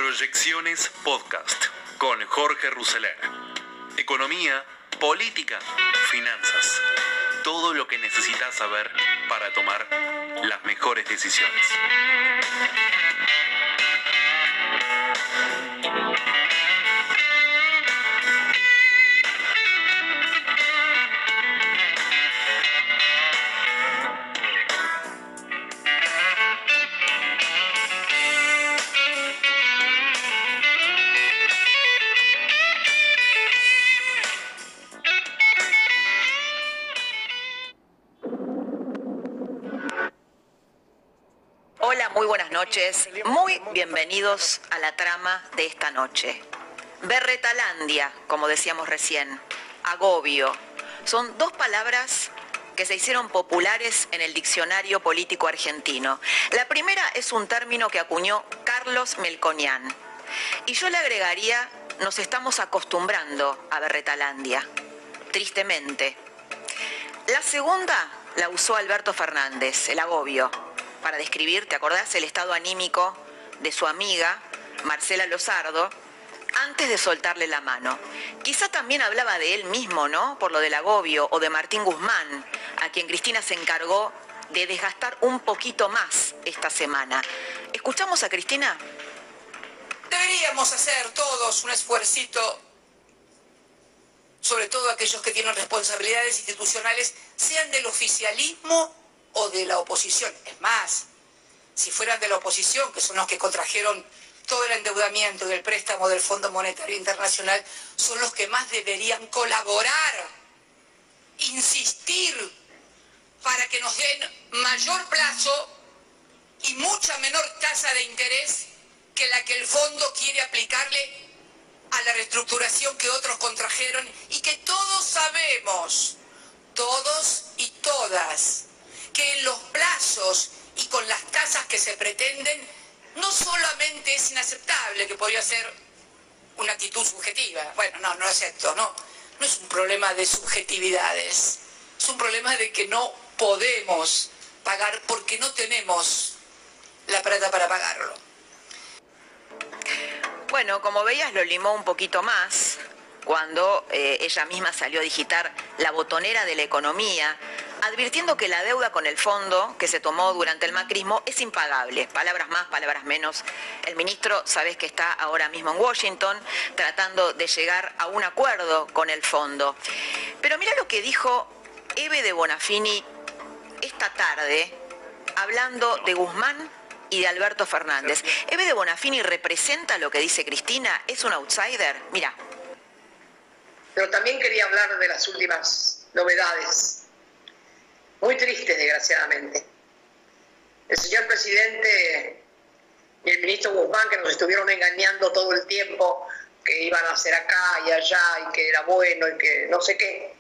Proyecciones Podcast con Jorge Rousseler. Economía, política, finanzas. Todo lo que necesitas saber para tomar las mejores decisiones. Hola, muy buenas noches. Muy bienvenidos a la trama de esta noche. Berretalandia, como decíamos recién, agobio. Son dos palabras que se hicieron populares en el diccionario político argentino. La primera es un término que acuñó Carlos Melconian. Y yo le agregaría, nos estamos acostumbrando a Berretalandia, tristemente. La segunda la usó Alberto Fernández, el agobio, para describir, ¿te acordás?, el estado anímico de su amiga Marcela Lozardo antes de soltarle la mano. Quizá también hablaba de él mismo, ¿no?, por lo del agobio, o de Martín Guzmán, a quien Cristina se encargó de desgastar un poquito más esta semana. ¿Escuchamos a Cristina? Deberíamos hacer todos un esfuercito, sobre todo aquellos que tienen responsabilidades institucionales, sean del oficialismo o de la oposición. Es más, si fueran de la oposición, que son los que contrajeron todo el endeudamiento del préstamo del Fondo Monetario Internacional, son los que más deberían colaborar, insistir para que nos den mayor plazo y mucha menor tasa de interés que la que el fondo quiere aplicarle a la reestructuración que otros contrajeron y que todos sabemos, todos y todas, que en los plazos y con las tasas que se pretenden, no solamente es inaceptable, que podría ser una actitud subjetiva. Bueno, no acepto, no es un problema de subjetividades, es un problema de que no podemos pagar porque no tenemos la plata para pagarlo. Bueno, como veías, lo limó un poquito más cuando ella misma salió a digitar la botonera de la economía, advirtiendo que la deuda con el fondo que se tomó durante el macrismo es impagable. Palabras más, palabras menos. El ministro, sabés que está ahora mismo en Washington tratando de llegar a un acuerdo con el fondo. Pero mira lo que dijo Eve de Bonafini esta tarde, hablando de Guzmán y de Alberto Fernández. Eve de Bonafini representa lo que dice Cristina, es un outsider. Mira. Pero también quería hablar de las últimas novedades, muy tristes, desgraciadamente. El señor presidente y el ministro Guzmán, que nos estuvieron engañando todo el tiempo, que iban a hacer acá y allá, y que era bueno, y que no sé qué.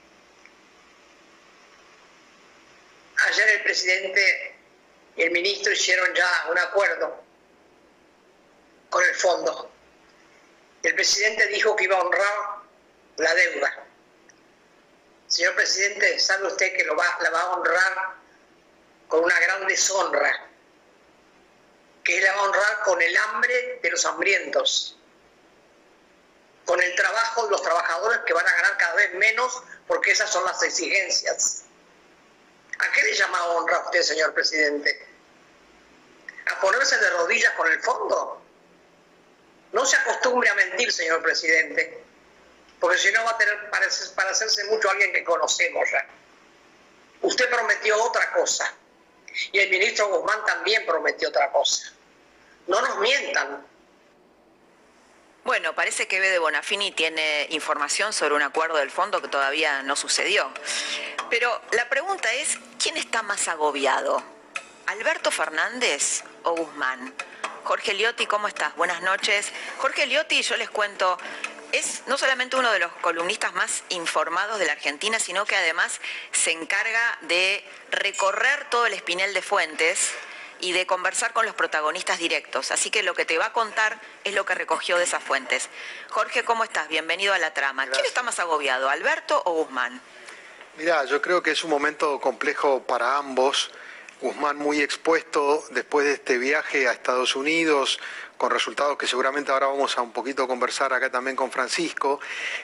Ayer el presidente y el ministro hicieron ya un acuerdo con el fondo. El presidente dijo que iba a honrar la deuda. Señor presidente, ¿sabe usted que la va a honrar con una gran deshonra? Que la va a honrar con el hambre de los hambrientos, con el trabajo de los trabajadores que van a ganar cada vez menos, porque esas son las exigencias. ¿A qué le llama honra a usted, señor presidente? ¿A ponerse de rodillas con el fondo? No se acostumbre a mentir, señor presidente, porque si no va a tener parecerse mucho a alguien que conocemos ya. Usted prometió otra cosa, y el ministro Guzmán también prometió otra cosa. No nos mientan. Bueno, parece que Eve de Bonafini tiene información sobre un acuerdo del fondo que todavía no sucedió. Pero la pregunta es, ¿quién está más agobiado? ¿Alberto Fernández o Guzmán? Jorge Liotti, ¿cómo estás? Buenas noches. Jorge Liotti, yo les cuento, es no solamente uno de los columnistas más informados de la Argentina, sino que además se encarga de recorrer todo el espinel de fuentes y de conversar con los protagonistas directos. Así que lo que te va a contar es lo que recogió de esas fuentes. Jorge, ¿cómo estás? Bienvenido a la trama. Gracias. ¿Quién está más agobiado, Alberto o Guzmán? Mirá, yo creo que es un momento complejo para ambos. Guzmán muy expuesto después de este viaje a Estados Unidos, con resultados que seguramente ahora vamos a un poquito conversar acá también con Francisco,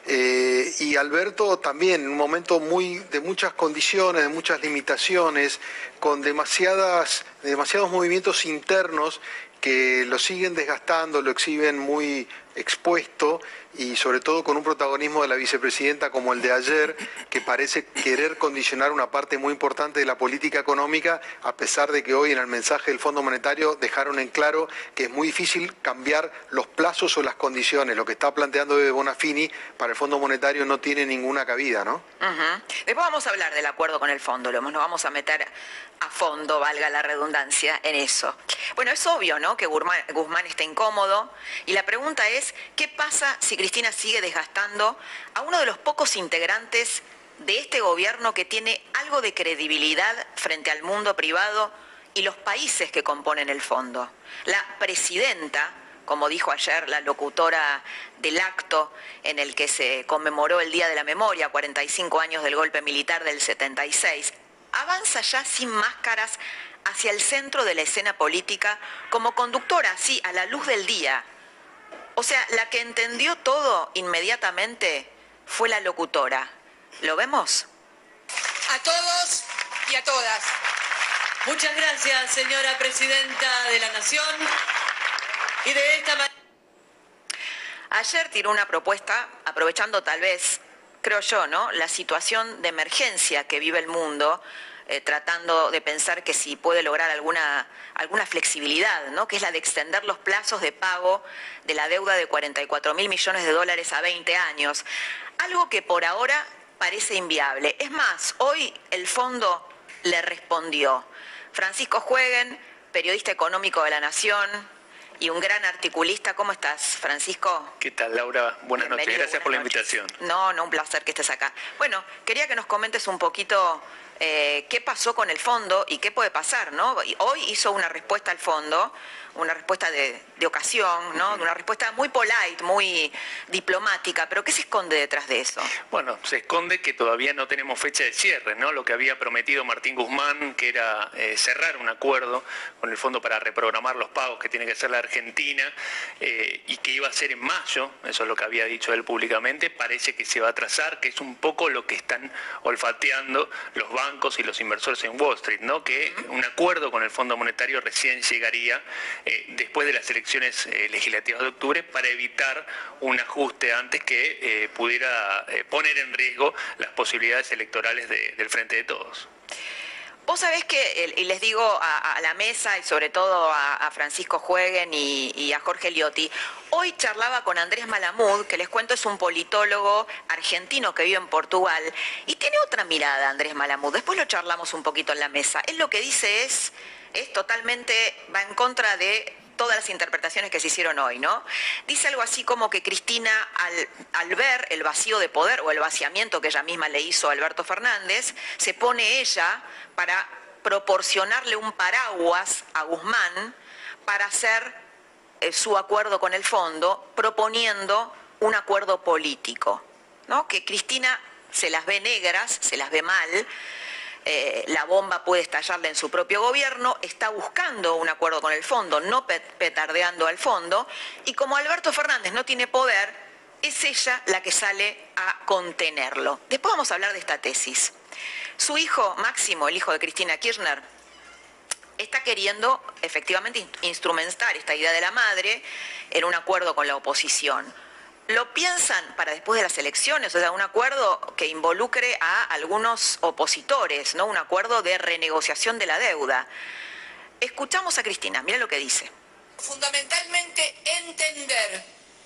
y Alberto también en un momento de muchas condiciones, de muchas limitaciones, con demasiados movimientos internos que lo siguen desgastando, lo exhiben muy expuesto y sobre todo con un protagonismo de la vicepresidenta como el de ayer, que parece querer condicionar una parte muy importante de la política económica, a pesar de que hoy en el mensaje del Fondo Monetario dejaron en claro que es muy difícil cambiar los plazos o las condiciones. Lo que está planteando Bebe Bonafini para el Fondo Monetario no tiene ninguna cabida, ¿no? Después vamos a hablar del acuerdo con el fondo, nos vamos a meter a fondo, valga la redundancia, en eso. Bueno, es obvio, ¿no?, que Guzmán está incómodo y la pregunta es, ¿qué pasa si Cristina sigue desgastando a uno de los pocos integrantes de este gobierno que tiene algo de credibilidad frente al mundo privado y los países que componen el fondo? La presidenta, como dijo ayer la locutora del acto en el que se conmemoró el Día de la Memoria, 45 años del golpe militar del 76, avanza ya sin máscaras hacia el centro de la escena política como conductora, así, a la luz del día. O sea, la que entendió todo inmediatamente fue la locutora. ¿Lo vemos? A todos y a todas. Muchas gracias, señora Presidenta de la Nación. Y de esta manera... Ayer tiró una propuesta, aprovechando tal vez, creo yo, ¿no?, la situación de emergencia que vive el mundo, tratando de pensar que si puede lograr alguna flexibilidad, ¿no?, que es la de extender los plazos de pago de la deuda de 44.000 millones de dólares a 20 años. Algo que por ahora parece inviable. Es más, hoy el fondo le respondió. Francisco Jueguen, periodista económico de La Nación y un gran articulista. ¿Cómo estás, Francisco? ¿Qué tal, Laura? Buenas noches. Gracias por la invitación. No, un placer que estés acá. Bueno, quería que nos comentes un poquito qué pasó con el fondo y qué puede pasar, ¿no? Hoy hizo una respuesta al fondo, una respuesta de ocasión, ¿no? Una respuesta muy polite, muy diplomática, pero ¿qué se esconde detrás de eso? Bueno, se esconde que todavía no tenemos fecha de cierre, ¿no? Lo que había prometido Martín Guzmán, que era cerrar un acuerdo con el fondo para reprogramar los pagos que tiene que hacer la Argentina y que iba a ser en mayo, eso es lo que había dicho él públicamente, parece que se va a atrasar, que es un poco lo que están olfateando los bancos y los inversores en Wall Street, ¿no? Que un acuerdo con el Fondo Monetario recién llegaría después de las elecciones legislativas de octubre para evitar un ajuste antes que pudiera poner en riesgo las posibilidades electorales del Frente de Todos. Vos sabés que, y les digo a la mesa y sobre todo a Francisco Jueguen y a Jorge Liotti, hoy charlaba con Andrés Malamud, que les cuento es un politólogo argentino que vive en Portugal, y tiene otra mirada Andrés Malamud, después lo charlamos un poquito en la mesa. Él lo que dice es totalmente, va en contra de todas las interpretaciones que se hicieron hoy, ¿no? Dice algo así como que Cristina, al ver el vacío de poder o el vaciamiento que ella misma le hizo a Alberto Fernández, se pone ella para proporcionarle un paraguas a Guzmán para hacer su acuerdo con el fondo, proponiendo un acuerdo político, ¿no? Que Cristina se las ve negras, se las ve mal. La bomba puede estallarle en su propio gobierno, está buscando un acuerdo con el fondo, no petardeando al fondo, y como Alberto Fernández no tiene poder, es ella la que sale a contenerlo. Después vamos a hablar de esta tesis. Su hijo Máximo, el hijo de Cristina Kirchner, está queriendo efectivamente instrumentar esta idea de la madre en un acuerdo con la oposición. ¿Lo piensan para después de las elecciones? O sea, un acuerdo que involucre a algunos opositores, ¿no? Un acuerdo de renegociación de la deuda. Escuchamos a Cristina, mira lo que dice. Fundamentalmente entender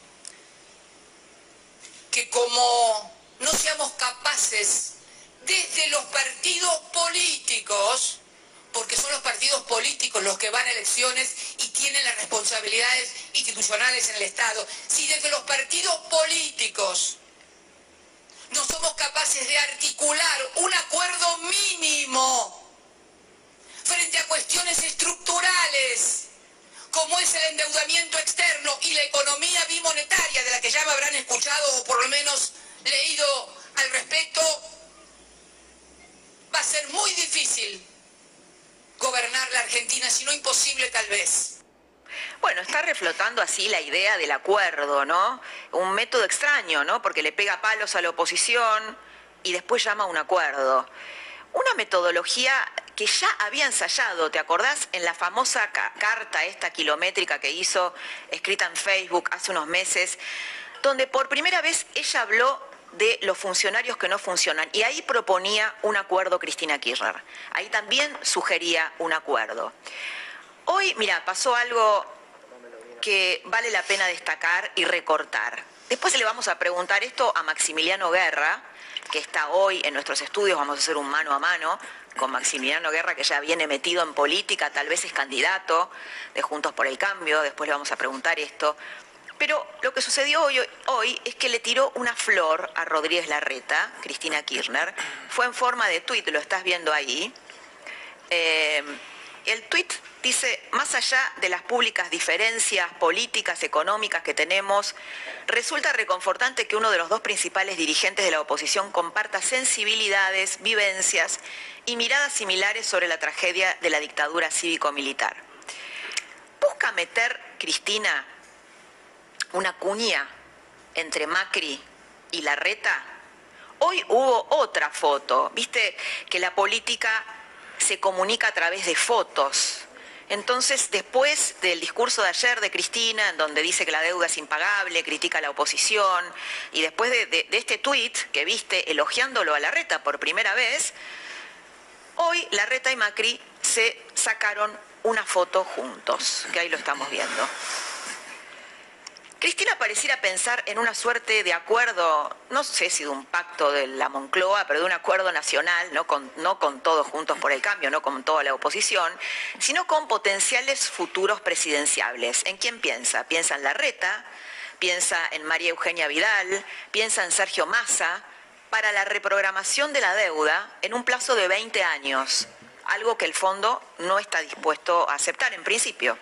que como no seamos capaces desde los partidos políticos, porque son los partidos políticos los que van a elecciones y tienen las responsabilidades institucionales en el Estado. Si desde los partidos políticos no somos capaces de articular un acuerdo mínimo frente a cuestiones estructurales, como es el endeudamiento externo y la economía bimonetaria, de la que ya me habrán escuchado o por lo menos leído al respecto, va a ser muy difícil gobernar la Argentina, si no imposible tal vez. Bueno, está reflotando así la idea del acuerdo, ¿no? Un método extraño, ¿no? Porque le pega palos a la oposición y después llama a un acuerdo. Una metodología que ya había ensayado, ¿te acordás? En la famosa carta esta kilométrica que hizo, escrita en Facebook hace unos meses, donde por primera vez ella habló de los funcionarios que no funcionan. Y ahí proponía un acuerdo Cristina Kirchner. Ahí también sugería un acuerdo. Hoy, mira, pasó algo que vale la pena destacar y recortar. Después le vamos a preguntar esto a Maximiliano Guerra, que está hoy en nuestros estudios. Vamos a hacer un mano a mano con Maximiliano Guerra, que ya viene metido en política, tal vez es candidato de Juntos por el Cambio. Después le vamos a preguntar esto. Pero lo que sucedió hoy es que le tiró una flor a Rodríguez Larreta, Cristina Kirchner. Fue en forma de tuit, lo estás viendo ahí. El tuit dice: más allá de las públicas diferencias políticas, económicas que tenemos, resulta reconfortante que uno de los dos principales dirigentes de la oposición comparta sensibilidades, vivencias y miradas similares sobre la tragedia de la dictadura cívico-militar. Busca meter, Cristina, una cuña entre Macri y Larreta. Hoy hubo otra foto, viste que la política se comunica a través de fotos. Entonces, después del discurso de ayer de Cristina, en donde dice que la deuda es impagable, critica a la oposición, y después de este tuit que viste elogiándolo a Larreta por primera vez, hoy Larreta y Macri se sacaron una foto juntos, que ahí lo estamos viendo. Cristina pareciera pensar en una suerte de acuerdo, no sé si de un pacto de la Moncloa, pero de un acuerdo nacional, no con todos Juntos por el Cambio, no con toda la oposición, sino con potenciales futuros presidenciables. ¿En quién piensa? Piensa en Larreta, piensa en María Eugenia Vidal, piensa en Sergio Massa, para la reprogramación de la deuda en un plazo de 20 años, algo que el fondo no está dispuesto a aceptar en principio.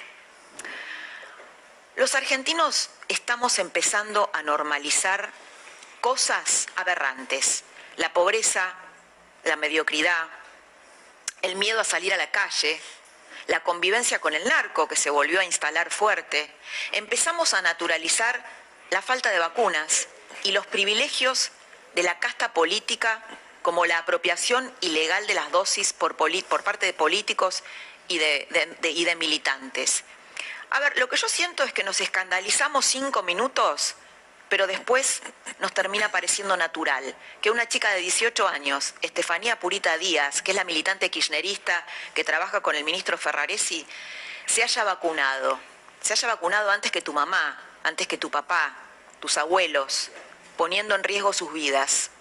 Los argentinos estamos empezando a normalizar cosas aberrantes: la pobreza, la mediocridad, el miedo a salir a la calle, la convivencia con el narco que se volvió a instalar fuerte. Empezamos a naturalizar la falta de vacunas y los privilegios de la casta política, como la apropiación ilegal de las dosis por parte de políticos y de militantes. A ver, lo que yo siento es que nos escandalizamos 5 minutos, pero después nos termina pareciendo natural que una chica de 18 años, Estefanía Purita Díaz, que es la militante kirchnerista que trabaja con el ministro Ferraresi, se haya vacunado antes que tu mamá, antes que tu papá, tus abuelos, poniendo en riesgo sus vidas.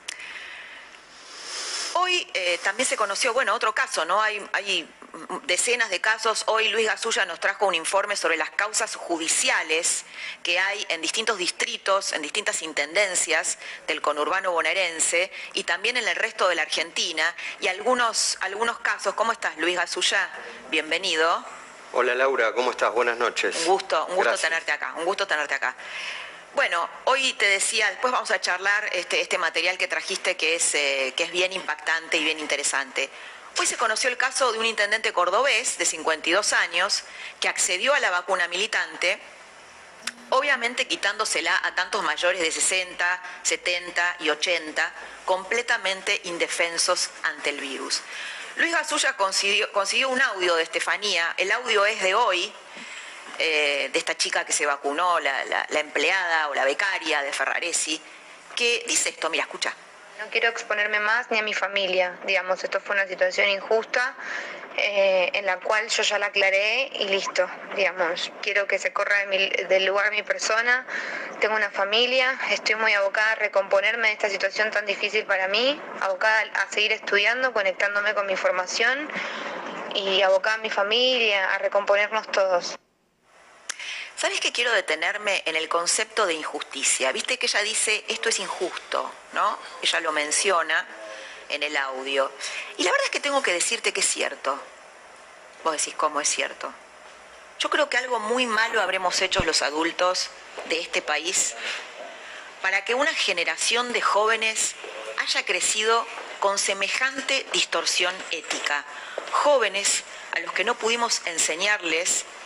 Hoy también se conoció, bueno, otro caso, ¿no? Hay decenas de casos. Hoy Luis Gasulla nos trajo un informe sobre las causas judiciales que hay en distintos distritos, en distintas intendencias del conurbano bonaerense y también en el resto de la Argentina, y algunos casos. ¿Cómo estás, Luis Gasulla? Bienvenido. Hola, Laura, ¿cómo estás? Buenas noches. Un gusto tenerte acá, Bueno, hoy te decía, después vamos a charlar este material que trajiste que es bien impactante y bien interesante. Hoy se conoció el caso de un intendente cordobés de 52 años que accedió a la vacuna militante, obviamente quitándosela a tantos mayores de 60, 70 y 80, completamente indefensos ante el virus. Luis Gasulla consiguió un audio de Estefanía. El audio es de hoy, de esta chica que se vacunó, la empleada o la becaria de Ferraresi, que dice esto, mira, escucha. No quiero exponerme más ni a mi familia, digamos, esto fue una situación injusta en la cual yo ya la aclaré y listo, digamos, quiero que se corra del lugar mi persona, tengo una familia, estoy muy abocada a recomponerme de esta situación tan difícil para mí, abocada a seguir estudiando, conectándome con mi formación y abocada a mi familia, a recomponernos todos. ¿Sabes que quiero detenerme en el concepto de injusticia? Viste que ella dice, esto es injusto, ¿no? Ella lo menciona en el audio. Y la verdad es que tengo que decirte que es cierto. Vos decís, ¿cómo es cierto? Yo creo que algo muy malo habremos hecho los adultos de este país para que una generación de jóvenes haya crecido con semejante distorsión ética. Jóvenes a los que no pudimos enseñarles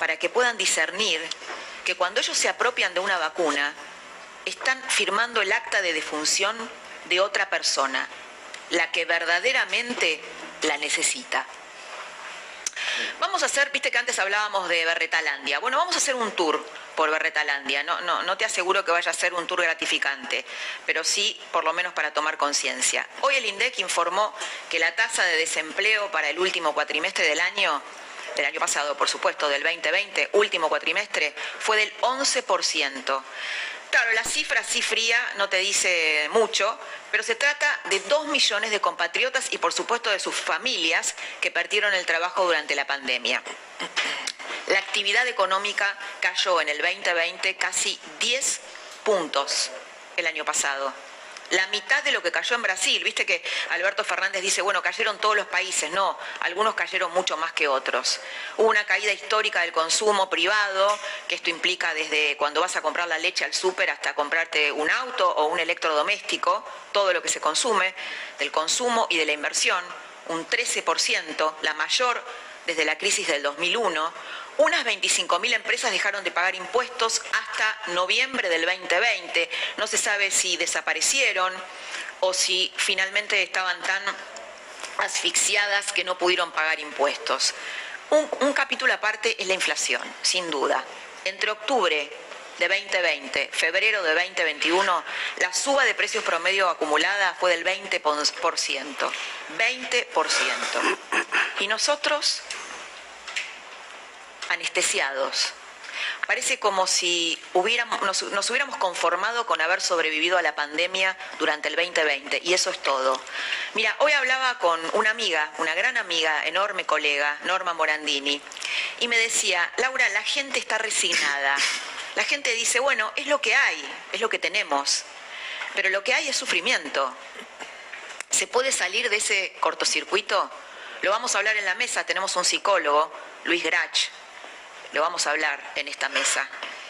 para que puedan discernir que cuando ellos se apropian de una vacuna, están firmando el acta de defunción de otra persona, la que verdaderamente la necesita. Vamos a hacer, viste que antes hablábamos de Berretalandia. Bueno, vamos a hacer un tour por Berretalandia. No te aseguro que vaya a ser un tour gratificante, pero sí, por lo menos para tomar conciencia. Hoy el INDEC informó que la tasa de desempleo para el último cuatrimestre del año pasado, por supuesto, del 2020, último cuatrimestre, fue del 11%. Claro, la cifra así fría no te dice mucho, pero se trata de 2 millones de compatriotas y por supuesto de sus familias que perdieron el trabajo durante la pandemia. La actividad económica cayó en el 2020 casi 10 puntos el año pasado. La mitad de lo que cayó en Brasil. Viste que Alberto Fernández dice, bueno, cayeron todos los países. No, algunos cayeron mucho más que otros. Hubo una caída histórica del consumo privado, que esto implica desde cuando vas a comprar la leche al súper hasta comprarte un auto o un electrodoméstico, todo lo que se consume, del consumo y de la inversión, un 13%, la mayor desde la crisis del 2001. Unas 25.000 empresas dejaron de pagar impuestos hasta noviembre del 2020. No se sabe si desaparecieron o si finalmente estaban tan asfixiadas que no pudieron pagar impuestos. Un capítulo aparte es la inflación, sin duda. Entre octubre de 2020, febrero de 2021, la suba de precios promedio acumulada fue del 20%. 20%. Y nosotros, anestesiados. Parece como si nos hubiéramos conformado con haber sobrevivido a la pandemia durante el 2020, y eso es todo. Mira, hoy hablaba con una amiga, una gran amiga, enorme colega, Norma Morandini, y me decía, Laura, la gente está resignada. La gente dice, bueno, es lo que hay, es lo que tenemos, pero lo que hay es sufrimiento. ¿Se puede salir de ese cortocircuito? Lo vamos a hablar en la mesa, tenemos un psicólogo, Luis Grach. Lo vamos a hablar en esta mesa,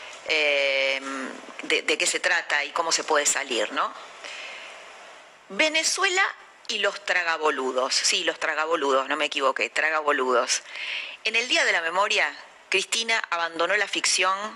de qué se trata y cómo se puede salir, ¿no? Venezuela y los tragaboludos. Sí, los tragaboludos, no me equivoqué, tragaboludos. En el Día de la Memoria, Cristina abandonó la ficción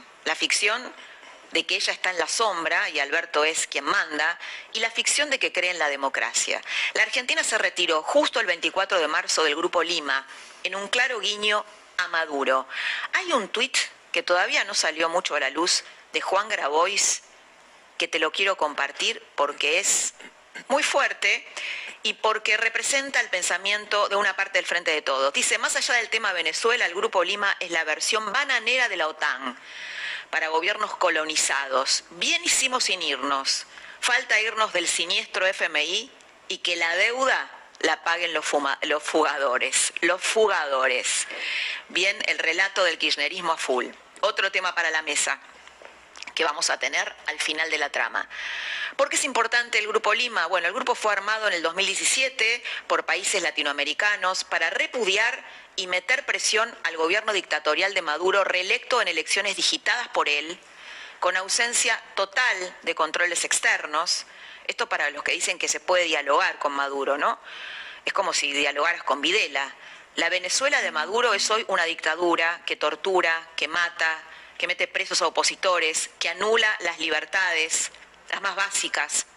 de que ella está en la sombra y Alberto es quien manda, y la ficción de que cree en la democracia. La Argentina se retiró justo el 24 de marzo del Grupo Lima, en un claro guiño a Maduro. Hay un tuit que todavía no salió mucho a la luz de Juan Grabois, que te lo quiero compartir porque es muy fuerte y porque representa el pensamiento de una parte del Frente de Todos. Dice, más allá del tema Venezuela, el Grupo Lima es la versión bananera de la OTAN para gobiernos colonizados. Bien hicimos sin irnos. Falta irnos del siniestro FMI y que la deuda la paguen los fugadores. Los fugadores. Bien, el relato del kirchnerismo a full. Otro tema para la mesa que vamos a tener al final de la trama. ¿Por qué es importante el Grupo Lima? Bueno, el grupo fue armado en el 2017 por países latinoamericanos para repudiar y meter presión al gobierno dictatorial de Maduro, reelecto en elecciones digitadas por él, con ausencia total de controles externos. Esto para los que dicen que se puede dialogar con Maduro, ¿no? Es como si dialogaras con Videla. La Venezuela de Maduro es hoy una dictadura que tortura, que mata, que mete presos a opositores, que anula las libertades, las más básicas.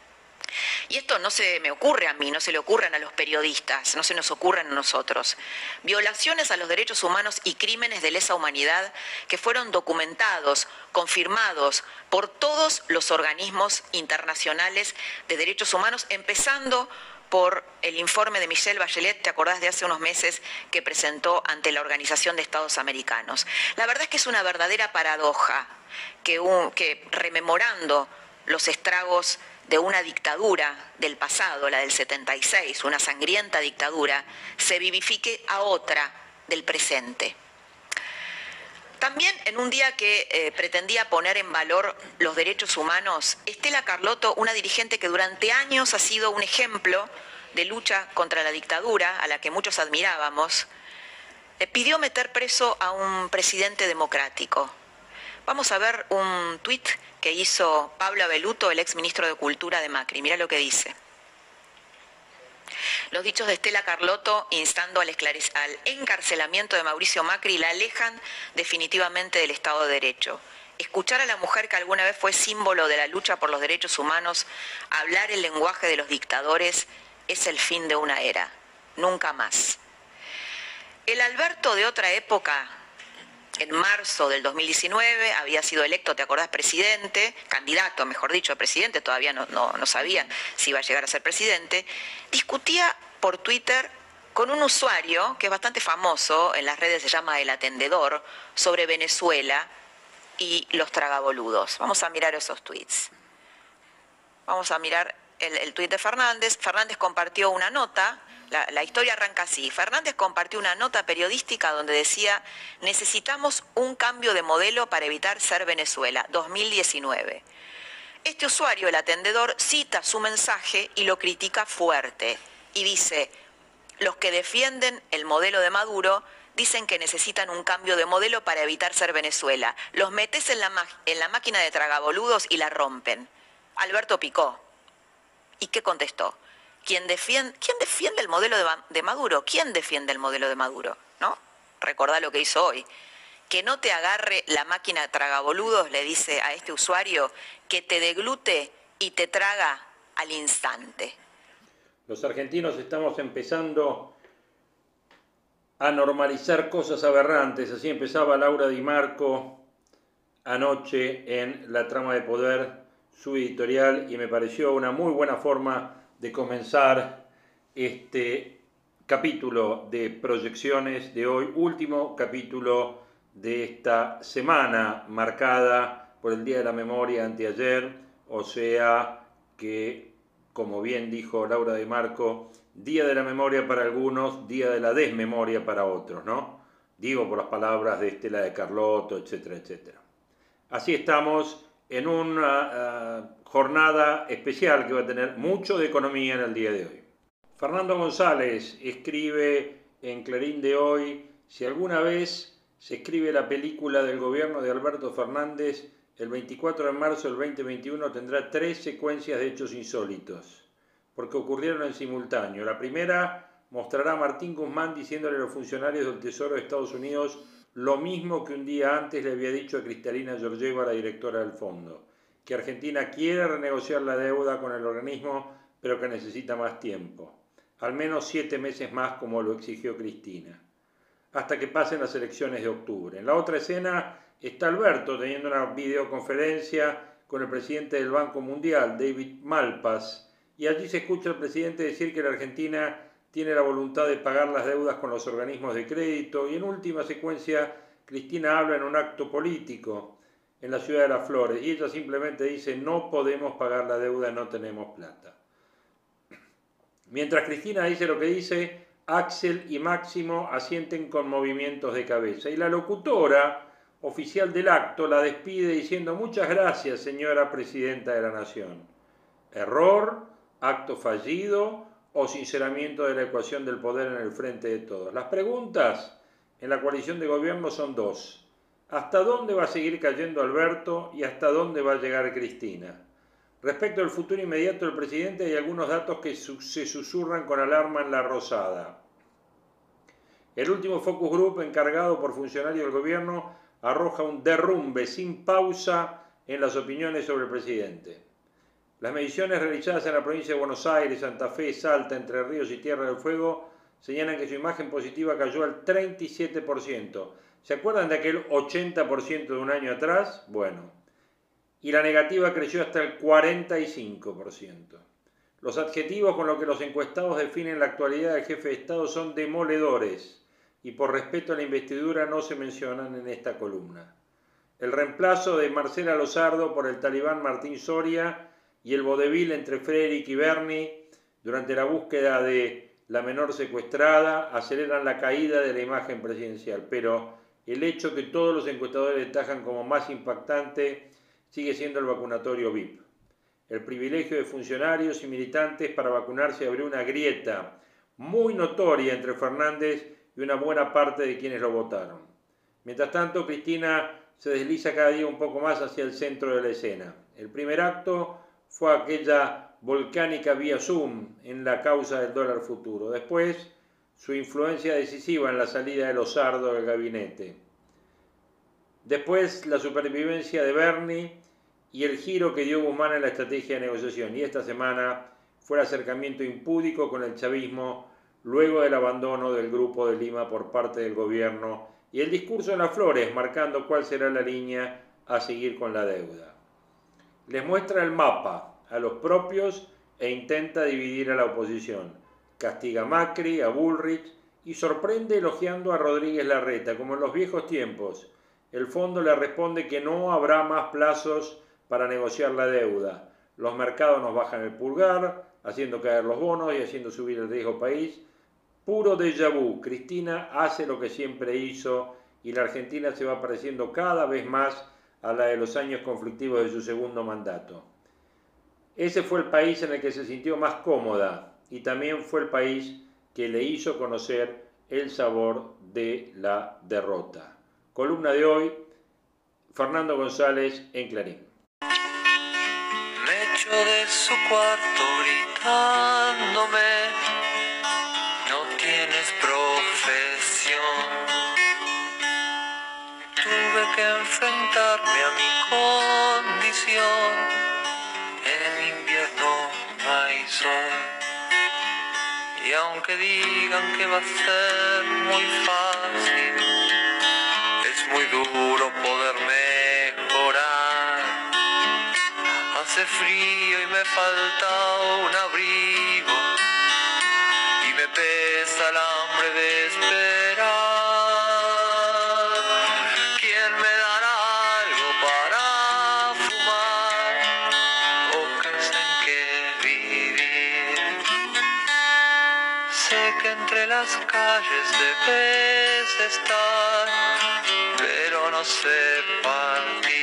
Y esto no se me ocurre a mí, no se le ocurren a los periodistas, no se nos ocurren a nosotros. Violaciones a los derechos humanos y crímenes de lesa humanidad que fueron documentados, confirmados por todos los organismos internacionales de derechos humanos, empezando por el informe de Michelle Bachelet, ¿te acordás de hace unos meses que presentó ante la Organización de Estados Americanos? La verdad es que es una verdadera paradoja que rememorando los estragos de una dictadura del pasado, la del 76, una sangrienta dictadura, se vivifique a otra del presente. También en un día que pretendía poner en valor los derechos humanos, Estela Carlotto, una dirigente que durante años ha sido un ejemplo de lucha contra la dictadura, a la que muchos admirábamos, pidió meter preso a un presidente democrático. Vamos a ver un tuit que hizo Pablo Abeluto, el exministro de Cultura de Macri. Mirá lo que dice. Los dichos de Estela Carlotto instando al encarcelamiento de Mauricio Macri la alejan definitivamente del Estado de Derecho. Escuchar a la mujer que alguna vez fue símbolo de la lucha por los derechos humanos hablar el lenguaje de los dictadores es el fin de una era. Nunca más. El Alberto de otra época, en marzo del 2019, había sido electo, ¿te acordás?, presidente, candidato, mejor dicho, a presidente, todavía no sabía si iba a llegar a ser presidente, discutía por Twitter con un usuario que es bastante famoso, en las redes se llama El Atendedor, sobre Venezuela y los tragaboludos. Vamos a mirar esos tweets. Vamos a mirar el tuit de Fernández. Fernández compartió una nota. La historia arranca así. Fernández compartió una nota periodística donde decía: necesitamos un cambio de modelo para evitar ser Venezuela, 2019. Este usuario, El Atendedor, cita su mensaje y lo critica fuerte. Y dice: los que defienden el modelo de Maduro dicen que necesitan un cambio de modelo para evitar ser Venezuela. Los metes en la máquina de tragaboludos y la rompen. Alberto picó. ¿Y qué contestó? ¿Quién defiende el modelo de Maduro? ¿Quién defiende el modelo de Maduro? ¿No? Recordá lo que hizo hoy. Que no te agarre la máquina tragaboludos, le dice a este usuario, que te deglute y te traga al instante. Los argentinos estamos empezando a normalizar cosas aberrantes. Así empezaba Laura Di Marco anoche en La Trama de Poder, su editorial, y me pareció una muy buena forma de comenzar este capítulo de proyecciones de hoy, último capítulo de esta semana marcada por el Día de la Memoria anteayer, o sea que, como bien dijo Laura Di Marco, Día de la Memoria para algunos, Día de la Desmemoria para otros, ¿no? Digo por las palabras de Estela de Carlotto, etcétera, etcétera. Así estamos en una jornada especial que va a tener mucho de economía en el día de hoy. Fernando González escribe en Clarín de hoy: si alguna vez se escribe la película del gobierno de Alberto Fernández, el 24 de marzo del 2021 tendrá 3 secuencias de hechos insólitos, porque ocurrieron en simultáneo. La primera mostrará a Martín Guzmán diciéndole a los funcionarios del Tesoro de Estados Unidos lo mismo que un día antes le había dicho a Cristalina Georgieva, la directora del fondo, que Argentina quiere renegociar la deuda con el organismo, pero que necesita más tiempo, al menos 7 meses más, como lo exigió Cristina, hasta que pasen las elecciones de octubre. En la otra escena está Alberto teniendo una videoconferencia con el presidente del Banco Mundial, David Malpass, y allí se escucha al presidente decir que la Argentina tiene la voluntad de pagar las deudas con los organismos de crédito, y en última secuencia Cristina habla en un acto político en la ciudad de Las Flores, y ella simplemente dice: no podemos pagar la deuda, no tenemos plata. Mientras Cristina dice lo que dice, Axel y Máximo asienten con movimientos de cabeza, y la locutora oficial del acto la despide diciendo: muchas gracias, señora Presidenta de la Nación. Error, acto fallido o sinceramiento de la ecuación del poder en el frente de todos. Las preguntas en la coalición de gobierno son 2. ¿Hasta dónde va a seguir cayendo Alberto y hasta dónde va a llegar Cristina? Respecto al futuro inmediato del presidente, hay algunos datos que se susurran con alarma en la Rosada. El último focus group encargado por funcionarios del gobierno arroja un derrumbe sin pausa en las opiniones sobre el presidente. Las mediciones realizadas en la provincia de Buenos Aires, Santa Fe, Salta, Entre Ríos y Tierra del Fuego señalan que su imagen positiva cayó al 37%. ¿Se acuerdan de aquel 80% de un año atrás? Bueno, y la negativa creció hasta el 45%. Los adjetivos con los que los encuestados definen la actualidad del jefe de Estado son demoledores, y por respeto a la investidura no se mencionan en esta columna. El reemplazo de Marcela Lozardo por el talibán Martín Soria y el vodevil entre Frederick y Bernie durante la búsqueda de la menor secuestrada aceleran la caída de la imagen presidencial, pero el hecho que todos los encuestadores destacan como más impactante sigue siendo el vacunatorio VIP. El privilegio de funcionarios y militantes para vacunarse abrió una grieta muy notoria entre Fernández y una buena parte de quienes lo votaron. Mientras tanto, Cristina se desliza cada día un poco más hacia el centro de la escena. El primer acto fue aquella volcánica vía Zoom en la causa del dólar futuro. Después, su influencia decisiva en la salida de Losardo del gabinete. Después, la supervivencia de Bernie y el giro que dio Guzmán en la estrategia de negociación. Y esta semana fue el acercamiento impúdico con el chavismo luego del abandono del Grupo de Lima por parte del gobierno y el discurso en las flores marcando cuál será la línea a seguir con la deuda. Les muestra el mapa a los propios e intenta dividir a la oposición. Castiga a Macri, a Bullrich y sorprende elogiando a Rodríguez Larreta, como en los viejos tiempos. El fondo le responde que no habrá más plazos para negociar la deuda. Los mercados nos bajan el pulgar, haciendo caer los bonos y haciendo subir el riesgo país. Puro déjà vu. Cristina hace lo que siempre hizo y la Argentina se va pareciendo cada vez más a la de los años conflictivos de su segundo mandato. Ese fue el país en el que se sintió más cómoda y también fue el país que le hizo conocer el sabor de la derrota. Columna de hoy, Fernando González en Clarín. Me echo de su cuarto gritándome, no tienes profesión. Tuve que enfrentarme a mi condición, en invierno no hay sol. Y aunque digan que va a ser muy fácil, es muy duro poder mejorar. Hace frío y me falta un abrigo, y me pesa el hambre de esperar. ¿Quién me dará algo para fumar? Bocas en que vivir. Sé que entre las calles debes estar, pero no sé partir.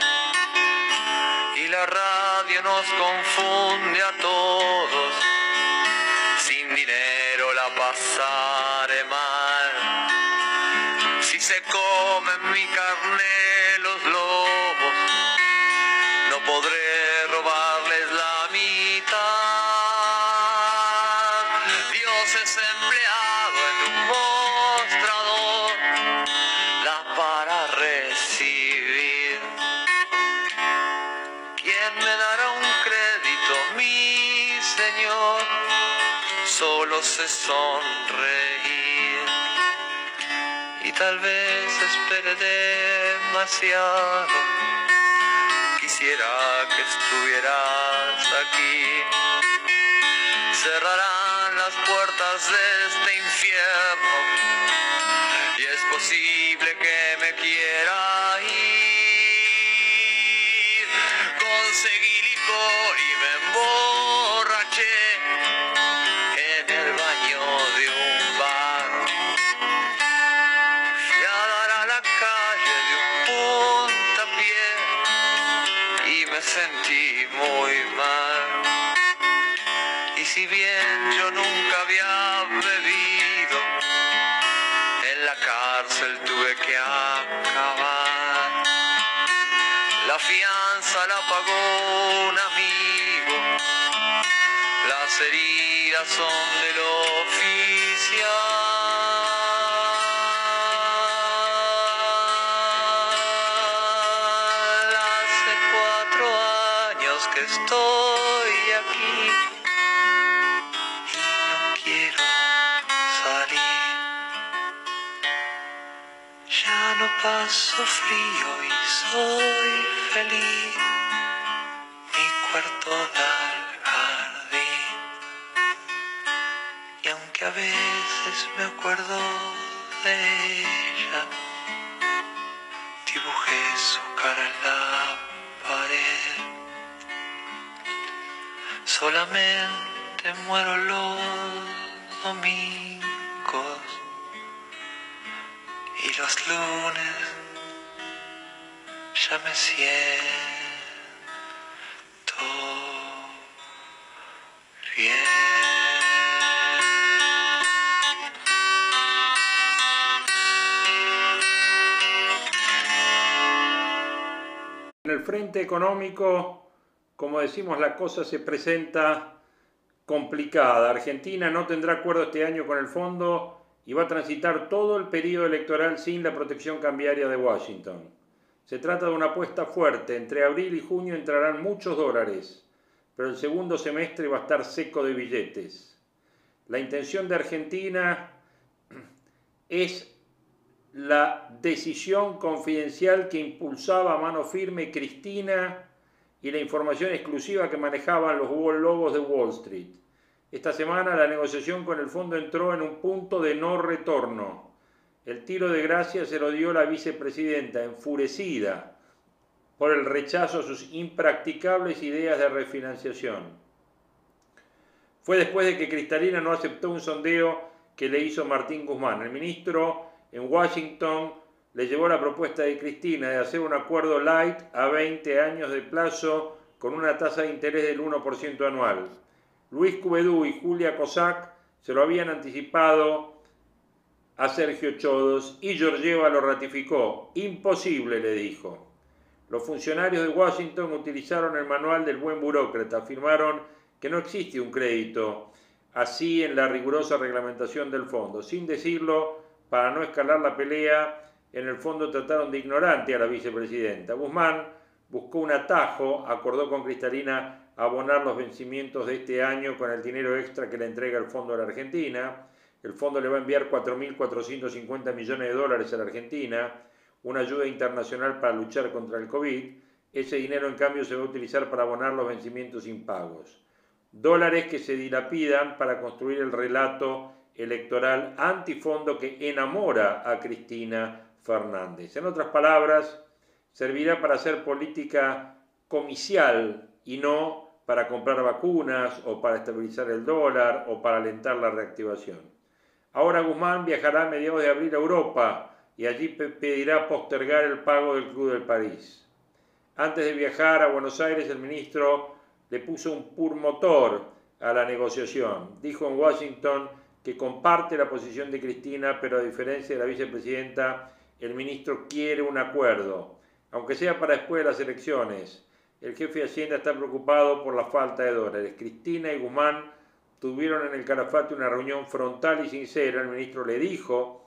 Y la radio nos confunde a todos, sin dinero la pasaré mal. Si se comen mi carne los lobos, no podré robarles la mitad. Dios es empleado en un mostrador, la para recibir. ¿Quién me dará un crédito, mi Señor? Solo sé sonreír. Y tal vez espere demasiado. Quisiera que estuvieras aquí. Cerrarán las puertas de este infierno y es posible que me quiera ir. Conseguí licor y me emborraché en el baño de un bar. Fui a dar a la calle de un puntapié y me sentí muy mal. Y si bien yo nunca había bebido, en la cárcel tuve que acabar. La fianza la pagó un amigo, las heridas son del oficial. Hace 4 años que estoy aquí y no quiero salir. Ya no paso frío y soy feliz. Mi cuarto da al jardín. Y aunque a veces me acuerdo de ella, dibujé su cara en la pared. Solamente muero los domingos y los lunes ya me siento bien. En el frente económico como decimos, la cosa se presenta complicada. Argentina no tendrá acuerdo este año con el fondo y va a transitar todo el periodo electoral sin la protección cambiaria de Washington. Se trata de una apuesta fuerte. Entre abril y junio entrarán muchos dólares, pero el segundo semestre va a estar seco de billetes. La intención de Argentina es la decisión confidencial que impulsaba a mano firme Cristina y la información exclusiva que manejaban los lobos de Wall Street. Esta semana la negociación con el fondo entró en un punto de no retorno. El tiro de gracia se lo dio la vicepresidenta, enfurecida por el rechazo a sus impracticables ideas de refinanciación. Fue después de que Cristalina no aceptó un sondeo que le hizo Martín Guzmán. El ministro en Washington le llevó la propuesta de Cristina de hacer un acuerdo light a 20 años de plazo con una tasa de interés del 1% anual. Luis Cuvedú y Julia Kosak se lo habían anticipado a Sergio Chodos y Georgieva lo ratificó. Imposible, le dijo. Los funcionarios de Washington utilizaron el manual del buen burócrata, afirmaron que no existe un crédito así en la rigurosa reglamentación del fondo. Sin decirlo, para no escalar la pelea, en el fondo trataron de ignorante a la vicepresidenta. Guzmán buscó un atajo, acordó con Cristalina abonar los vencimientos de este año con el dinero extra que le entrega el fondo a la Argentina. El fondo le va a enviar 4.450 millones de dólares a la Argentina, una ayuda internacional para luchar contra el COVID. Ese dinero, en cambio, se va a utilizar para abonar los vencimientos impagos. Dólares que se dilapidan para construir el relato electoral antifondo que enamora a Cristina Fernández. En otras palabras, servirá para hacer política comicial y no para comprar vacunas o para estabilizar el dólar o para alentar la reactivación. Ahora Guzmán viajará a mediados de abril a Europa y allí pedirá postergar el pago del Club de París. Antes de viajar a Buenos Aires, el ministro le puso un pulmotor a la negociación. Dijo en Washington que comparte la posición de Cristina, pero a diferencia de la vicepresidenta, el ministro quiere un acuerdo, aunque sea para después de las elecciones. El jefe de Hacienda está preocupado por la falta de dólares. Cristina y Guzmán tuvieron en el Calafate una reunión frontal y sincera. El ministro le dijo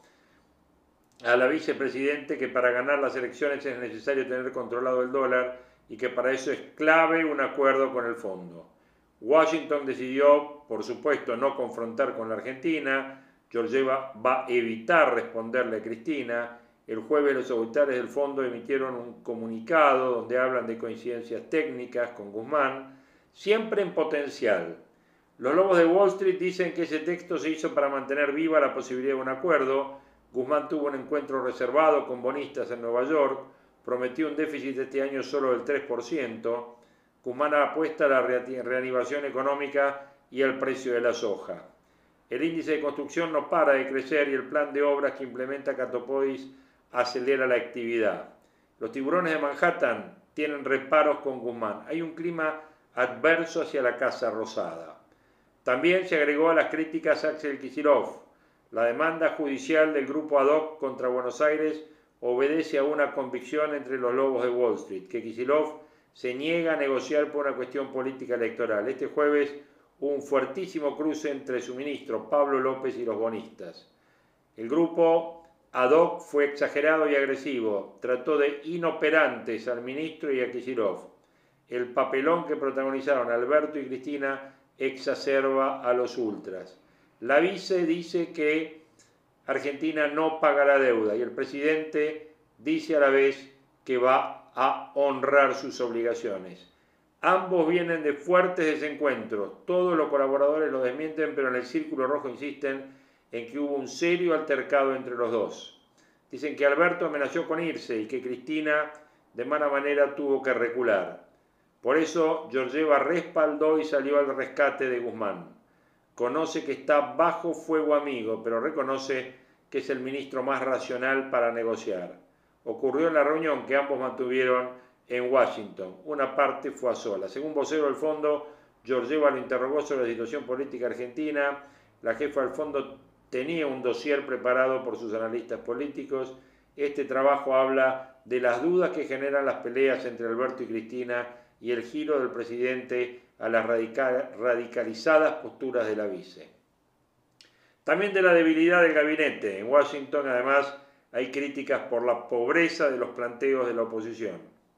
a la vicepresidenta que para ganar las elecciones es necesario tener controlado el dólar y que para eso es clave un acuerdo con el fondo. Washington decidió, por supuesto, no confrontar con la Argentina. Georgieva va a evitar responderle a Cristina. El jueves los auditores del fondo emitieron un comunicado donde hablan de coincidencias técnicas con Guzmán, siempre en potencial. Los lobos de Wall Street dicen que ese texto se hizo para mantener viva la posibilidad de un acuerdo. Guzmán tuvo un encuentro reservado con bonistas en Nueva York, prometió un déficit este año solo del 3%. Guzmán apuesta a la reactivación económica y al precio de la soja. El índice de construcción no para de crecer y el plan de obras que implementa Catopodis acelera la actividad. Los tiburones de Manhattan tienen reparos con Guzmán. Hay un clima adverso hacia la Casa Rosada. También se agregó a las críticas a Axel Kicillof. La demanda judicial del grupo ad hoc contra Buenos Aires obedece a una convicción entre los lobos de Wall Street, que Kicillof se niega a negociar por una cuestión política electoral. Este jueves hubo un fuertísimo cruce entre su ministro Pablo López y los bonistas. El grupo ad hoc fue exagerado y agresivo, trató de inoperantes al ministro y a Kicillof. El papelón que protagonizaron Alberto y Cristina exacerba a los ultras. La vice dice que Argentina no paga la deuda y el presidente dice a la vez que va a honrar sus obligaciones. Ambos vienen de fuertes desencuentros. Todos los colaboradores lo desmienten, pero en el Círculo Rojo insisten en que hubo un serio altercado entre los dos. Dicen que Alberto amenazó con irse y que Cristina de mala manera tuvo que recular. Por eso Georgieva respaldó y salió al rescate de Guzmán. Conoce que está bajo fuego amigo, pero reconoce que es el ministro más racional para negociar. Ocurrió en la reunión que ambos mantuvieron en Washington. Una parte fue a solas. Según vocero del fondo, Georgieva lo interrogó sobre la situación política argentina. La jefa del fondo tenía un dossier preparado por sus analistas políticos. Este trabajo habla de las dudas que generan las peleas entre Alberto y Cristina y el giro del presidente a las radicalizadas posturas de la vice. También de la debilidad del gabinete. En Washington, además, hay críticas por la pobreza de los planteos de la oposición.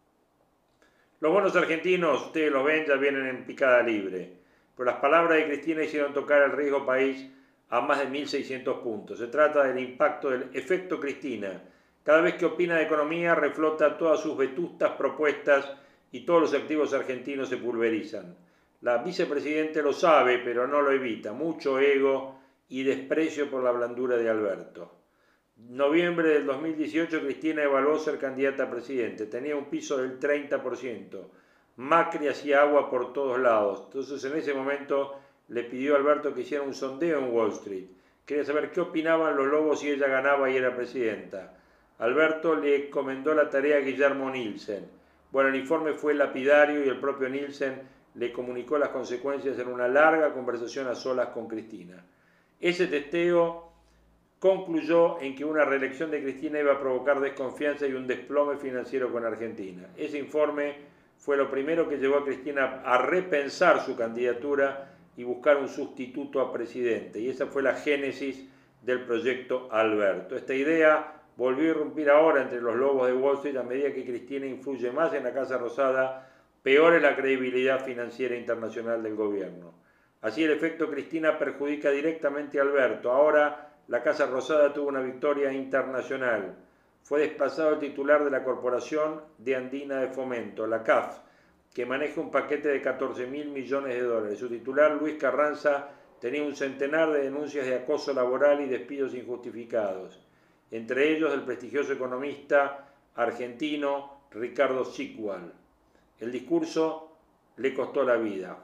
Los bonos argentinos, ustedes lo ven, ya vienen en picada libre, pero las palabras de Cristina hicieron tocar el riesgo país a más de 1.600 puntos. Se trata del impacto del efecto Cristina. Cada vez que opina de economía, reflota todas sus vetustas propuestas y todos los activos argentinos se pulverizan. La vicepresidenta lo sabe, pero no lo evita. Mucho ego y desprecio por la blandura de Alberto. Noviembre del 2018, Cristina evaluó ser candidata a presidente. Tenía un piso del 30%. Macri hacía agua por todos lados. Entonces, en ese momento, le pidió a Alberto que hiciera un sondeo en Wall Street. Quería saber qué opinaban los lobos si ella ganaba y era presidenta. Alberto le encomendó la tarea a Guillermo Nielsen. Bueno, el informe fue lapidario y el propio Nielsen le comunicó las consecuencias en una larga conversación a solas con Cristina. Ese testeo concluyó en que una reelección de Cristina iba a provocar desconfianza y un desplome financiero con Argentina. Ese informe fue lo primero que llevó a Cristina a repensar su candidatura y buscar un sustituto a presidente. Y esa fue la génesis del proyecto Alberto. Esta idea volvió a irrumpir ahora entre los lobos de Wall Street a medida que Cristina influye más en la Casa Rosada, peor es la credibilidad financiera internacional del gobierno. Así el efecto Cristina perjudica directamente a Alberto. Ahora la Casa Rosada tuvo una victoria internacional. Fue desplazado el titular de la Corporación de Andina de Fomento, la CAF, que maneja un paquete de 14.000 millones de dólares. Su titular, Luis Carranza, tenía un centenar de denuncias de acoso laboral y despidos injustificados. Entre ellos el prestigioso economista argentino Ricardo Sickwal. El discurso le costó la vida.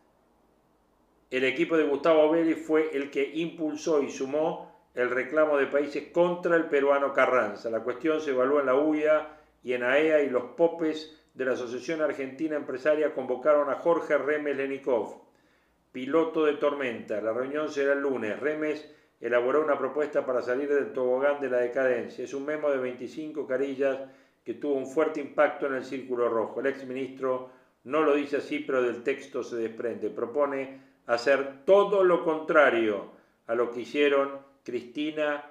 El equipo de Gustavo Vélez fue el que impulsó y sumó el reclamo de países contra el peruano Carranza. La cuestión se evaluó en la UIA y en AEA y los popes de la Asociación Argentina Empresaria convocaron a Jorge Remes Lenikov, piloto de Tormenta. La reunión será el lunes. Remes elaboró una propuesta para salir del tobogán de la decadencia. Es un memo de 25 carillas que tuvo un fuerte impacto en el Círculo Rojo. El exministro no lo dice así, pero del texto se desprende. Propone hacer todo lo contrario a lo que hicieron Cristina,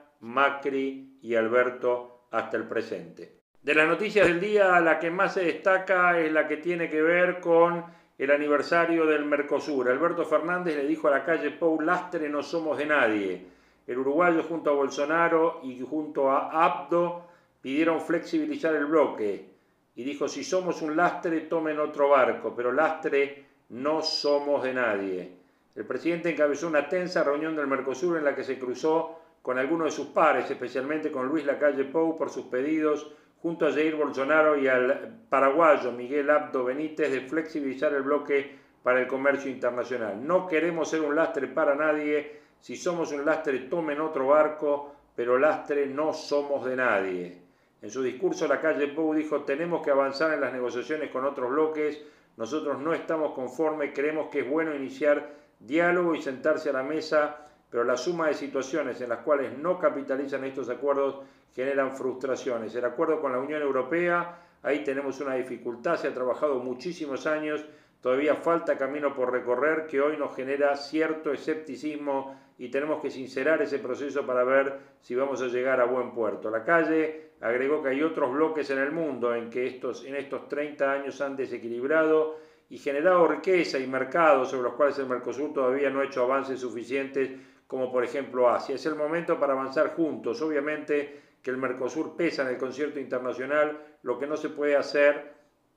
Macri y Alberto hasta el presente. De las noticias del día, la que más se destaca es la que tiene que ver con el aniversario del Mercosur. Alberto Fernández le dijo a la calle Pou: lastre no somos de nadie. El uruguayo junto a Bolsonaro y junto a Abdo pidieron flexibilizar el bloque y dijo: si somos un lastre, tomen otro barco, pero lastre no somos de nadie. El presidente encabezó una tensa reunión del Mercosur en la que se cruzó con algunos de sus pares, especialmente con Luis Lacalle Pou por sus pedidos, junto a Jair Bolsonaro y al paraguayo Miguel Abdo Benítez, de flexibilizar el bloque para el comercio internacional. No queremos ser un lastre para nadie. Si somos un lastre, tomen otro barco, pero lastre no somos de nadie. En su discurso, Lacalle Pou dijo: tenemos que avanzar en las negociaciones con otros bloques. Nosotros no estamos conformes, creemos que es bueno iniciar diálogo y sentarse a la mesa, pero la suma de situaciones en las cuales no capitalizan estos acuerdos generan frustraciones. El acuerdo con la Unión Europea, ahí tenemos una dificultad, se ha trabajado muchísimos años, todavía falta camino por recorrer que hoy nos genera cierto escepticismo y tenemos que sincerar ese proceso para ver si vamos a llegar a buen puerto. Lacalle agregó que hay otros bloques en el mundo en que en estos 30 años han desequilibrado y generado riqueza y mercados sobre los cuales el Mercosur todavía no ha hecho avances suficientes, como por ejemplo Asia. Es el momento para avanzar juntos. Obviamente que el Mercosur pesa en el concierto internacional, lo que no se puede hacer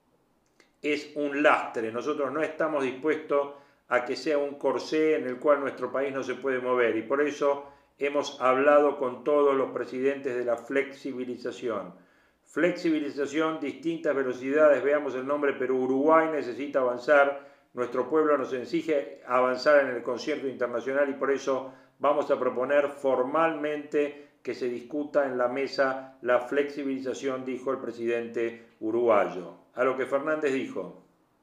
es un lastre. Nosotros no estamos dispuestos a que sea un corsé en el cual nuestro país no se puede mover y por eso hemos hablado con todos los presidentes de la flexibilización. Flexibilización, distintas velocidades, veamos el nombre, pero Uruguay necesita avanzar, nuestro pueblo nos exige avanzar en el concierto internacional y por eso vamos a proponer formalmente que se discuta en la mesa la flexibilización, dijo el presidente uruguayo. A lo que Fernández dijo: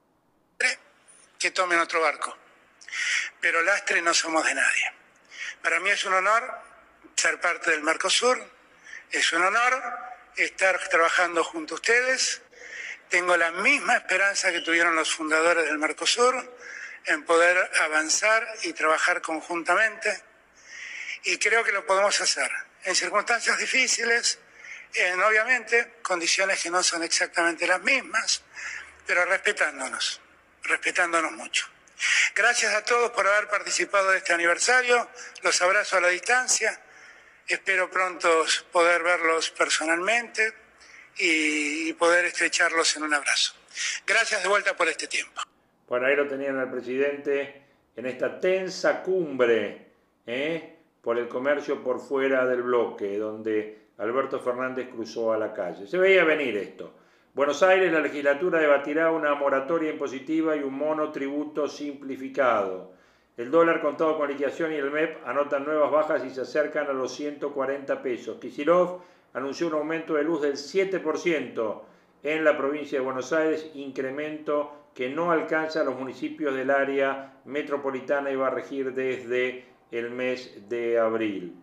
que tomen otro barco, pero lastre no somos de nadie. Para mí es un honor ser parte del Mercosur, es un honor estar trabajando junto a ustedes Tengo la misma esperanza que tuvieron los fundadores del Mercosur en poder avanzar y trabajar conjuntamente, y creo que lo podemos hacer en circunstancias difíciles, en obviamente condiciones que no son exactamente las mismas, pero respetándonos mucho. Gracias a todos por haber participado de este aniversario, los abrazo a la distancia, espero pronto poder verlos personalmente y poder estrecharlos en un abrazo. Gracias de vuelta por este tiempo. Bueno, ahí lo tenían al presidente en esta tensa cumbre por el comercio por fuera del bloque, donde Alberto Fernández cruzó a la calle. Se veía venir esto. Buenos Aires, la legislatura debatirá una moratoria impositiva y un monotributo simplificado. El dólar contado con liquidación y el MEP anotan nuevas bajas y se acercan a los 140 pesos. Kicillof anunció un aumento de luz del 7% en la provincia de Buenos Aires, incremento que no alcanza a los municipios del área metropolitana y va a regir desde el mes de abril.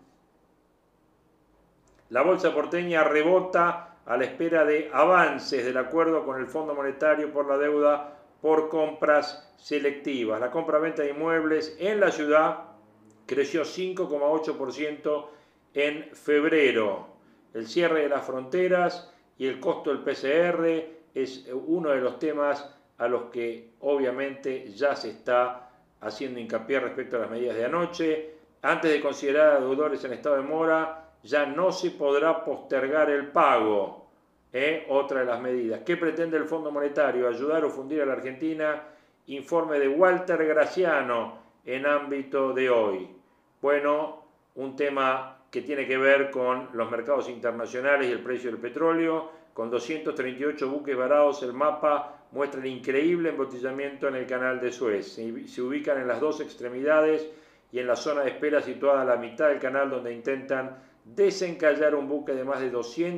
La bolsa porteña rebota a la espera de avances del acuerdo con el Fondo Monetario por la deuda por compras selectivas. La compra-venta de inmuebles en la ciudad creció 5,8% en febrero. El cierre de las fronteras y el costo del PCR es uno de los temas a los que obviamente ya se está haciendo hincapié respecto a las medidas de anoche. Antes de considerar a deudores en estado de mora, ya no se podrá postergar el pago. Otra de las medidas. ¿Qué pretende el Fondo Monetario? ¿Ayudar o fundir a la Argentina? Informe de Walter Graciano en ámbito de hoy. Bueno, un tema que tiene que ver con los mercados internacionales y el precio del petróleo. Con 238 buques varados, el mapa muestra el increíble embotellamiento en el canal de Suez. Se ubican en las dos extremidades y en la zona de espera situada a la mitad del canal, donde intentan desencallar un buque de más de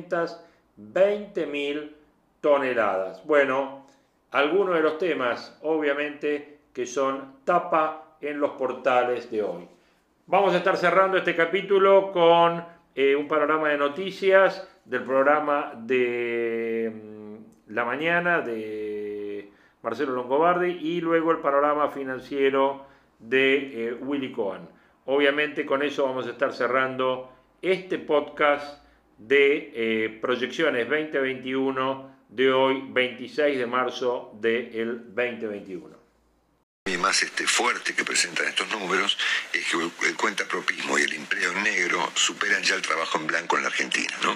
220.000 toneladas. Bueno, algunos de los temas, obviamente, que son tapa en los portales de hoy. Vamos a estar cerrando este capítulo con un panorama de noticias del programa de la mañana de Marcelo Longobardi y luego el panorama financiero de Willy Cohen. Obviamente con eso vamos a estar cerrando este podcast de proyecciones 2021 de hoy, 26 de marzo del 2021. Más fuerte que presentan estos números es que el cuentapropismo y el empleo negro superan ya el trabajo en blanco en la Argentina, ¿no?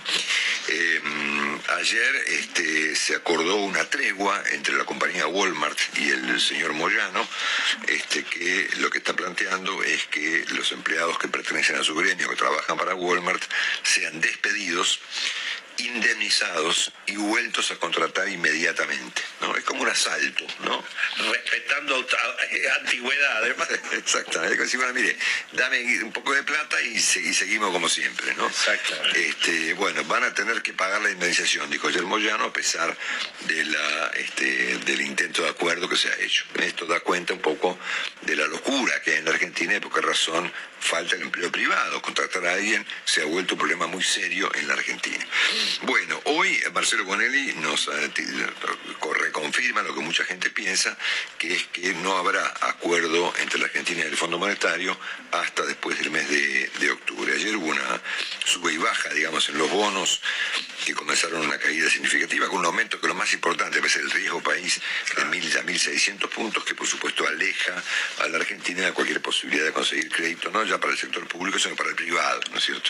Ayer se acordó una tregua entre la compañía Walmart y el señor Moyano, que lo que está planteando es que los empleados que pertenecen a su gremio, que trabajan para Walmart, sean despedidos, indemnizados y vueltos a contratar inmediatamente, ¿no? Es como un asalto, ¿no? Respetando antigüedades. Exactamente. Decir, bueno, mire, dame un poco de plata y seguimos como siempre, ¿no? Exactamente. Bueno, van a tener que pagar la indemnización, dijo ayer Moyano, a pesar de del intento de acuerdo que se ha hecho. Esto da cuenta un poco de la locura que hay en la Argentina y por qué razón falta el empleo privado. Contratar a alguien se ha vuelto un problema muy serio en la Argentina. Bueno, hoy Marcelo Bonelli nos reconfirma lo que mucha gente piensa, que es que no habrá acuerdo entre la Argentina y el Fondo Monetario hasta después del mes de octubre. Ayer hubo una sube y baja, digamos, en los bonos, que comenzaron una caída significativa, con un aumento que lo más importante es el riesgo país de 1.000 a 1.600 puntos, que por supuesto aleja a la Argentina de cualquier posibilidad de conseguir crédito, no ya para el sector público, sino para el privado, ¿no es cierto?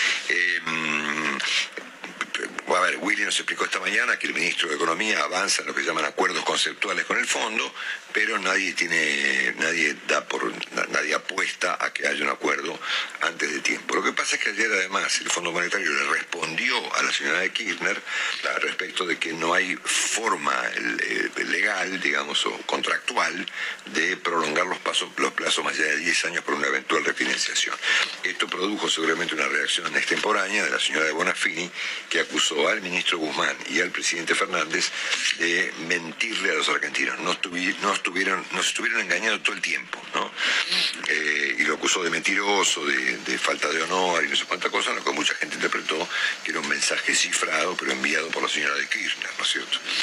A ver, Willy nos explicó esta mañana que el ministro de Economía avanza en lo que llaman acuerdos conceptuales con el fondo, pero nadie apuesta a que haya un acuerdo antes de tiempo. Lo que pasa es que ayer además el Fondo Monetario le respondió a la señora de Kirchner respecto de que no hay forma legal, digamos, o contractual de prolongar los plazos más allá de 10 años por una eventual refinanciación. Esto produjo seguramente una reacción extemporánea de la señora de Bonafini, que acusó al ministro Guzmán y al presidente Fernández de mentirle a los argentinos. Nos estuvieron engañando todo el tiempo, ¿no? Y lo acusó de mentiroso, de falta de honor y no sé cuánta cosa, lo que mucha gente interpretó que era un mensaje cifrado, pero enviado por la señora de Kirchner, ¿no es cierto?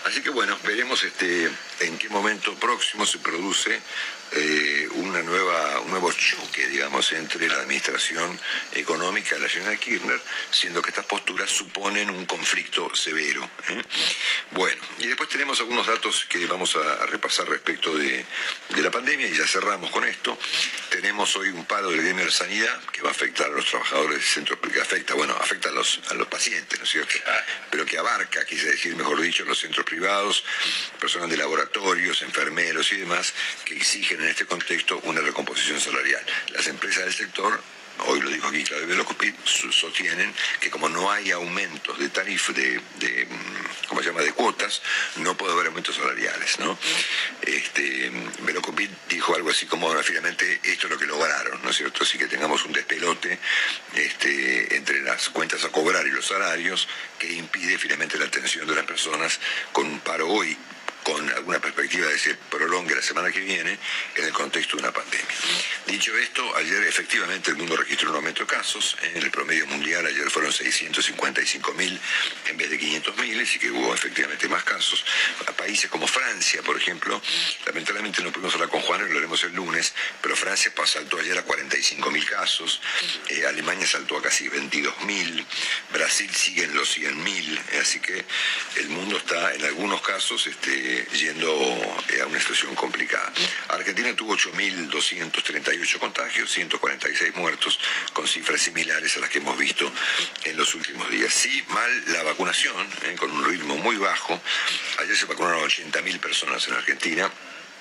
Así que bueno, veremos en qué momento próximo se produce un nuevo choque, digamos, entre la administración económica de la señora Kirchner, siendo que estas posturas suponen un conflicto severo. Bueno, y después tenemos algunos datos que vamos a repasar respecto de la pandemia, y ya cerramos con esto. Tenemos hoy un paro del gremio de la sanidad que va a afectar a los trabajadores del centro, que afecta a los pacientes, ¿no es cierto? Pero que abarca, quise decir, mejor dicho, los centros privados, personal de laboratorios, enfermeros y demás, que exigen en este contexto una recomposición salarial. Las empresas del sector, hoy lo dijo aquí Claudio Velocopit, sostienen que como no hay aumentos de tarifa, de cuotas, no puede haber aumentos salariales, ¿no? Velocopit dijo algo así como, bueno, finalmente esto es lo que lograron, ¿no es cierto? Así que tengamos un despelote entre las cuentas a cobrar y los salarios que impide finalmente la atención de las personas con un paro hoy, con alguna perspectiva de que se prolongue la semana que viene en el contexto de una pandemia. Dicho esto, ayer efectivamente el mundo registró un aumento de casos. En el promedio mundial ayer fueron 655.000 en vez de 500.000, así que hubo efectivamente más casos. A países como Francia, por ejemplo, lamentablemente no pudimos hablar con Juan, lo haremos el lunes, pero Francia saltó ayer a 45.000 casos, Alemania saltó a casi 22.000, Brasil sigue en los 100.000, así que el mundo está en algunos casos yendo a una situación complicada. Argentina tuvo 8.238 contagios, 146 muertos, con cifras similares a las que hemos visto en los últimos días. Sí, mal la vacunación, con un ritmo muy bajo. Ayer se vacunaron 80.000 personas en Argentina,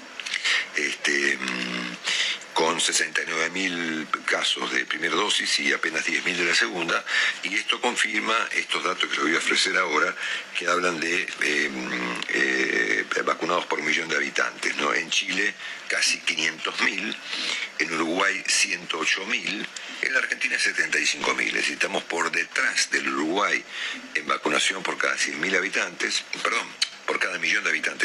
con 69.000 casos de primera dosis y apenas 10.000 de la segunda, y esto confirma estos datos que les voy a ofrecer ahora, que hablan de vacunados por 1.000.000 de habitantes, ¿no? En Chile casi 500.000, en Uruguay 108.000, en la Argentina 75.000, es decir, estamos por detrás del Uruguay en vacunación por cada 100.000 habitantes, por cada 1.000.000 de habitantes,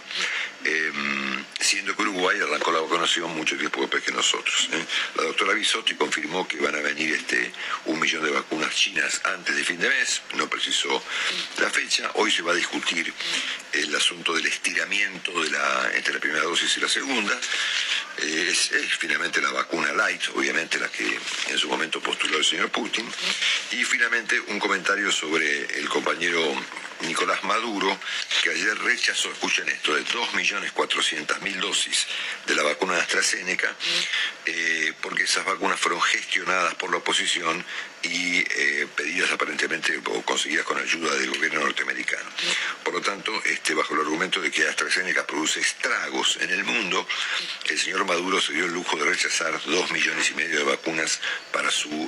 siendo que Uruguay arrancó la vacunación mucho tiempo después que nosotros. La doctora Bisotti confirmó que van a venir 1.000.000 de vacunas chinas antes de fin de mes, no precisó la fecha. Hoy se va a discutir el asunto del estiramiento entre la primera dosis y la segunda. Es finalmente la vacuna light, obviamente la que en su momento postuló el señor Putin. Y finalmente un comentario sobre el compañero Nicolás Maduro, que ayer rechazó, escuchen esto, de 2.400.000 dosis de la vacuna de AstraZeneca, porque esas vacunas fueron gestionadas por la oposición y pedidas aparentemente o conseguidas con ayuda del gobierno norteamericano. Por lo tanto, bajo el argumento de que AstraZeneca produce estragos en el mundo, el señor Maduro se dio el lujo de rechazar 2,5 millones de vacunas para su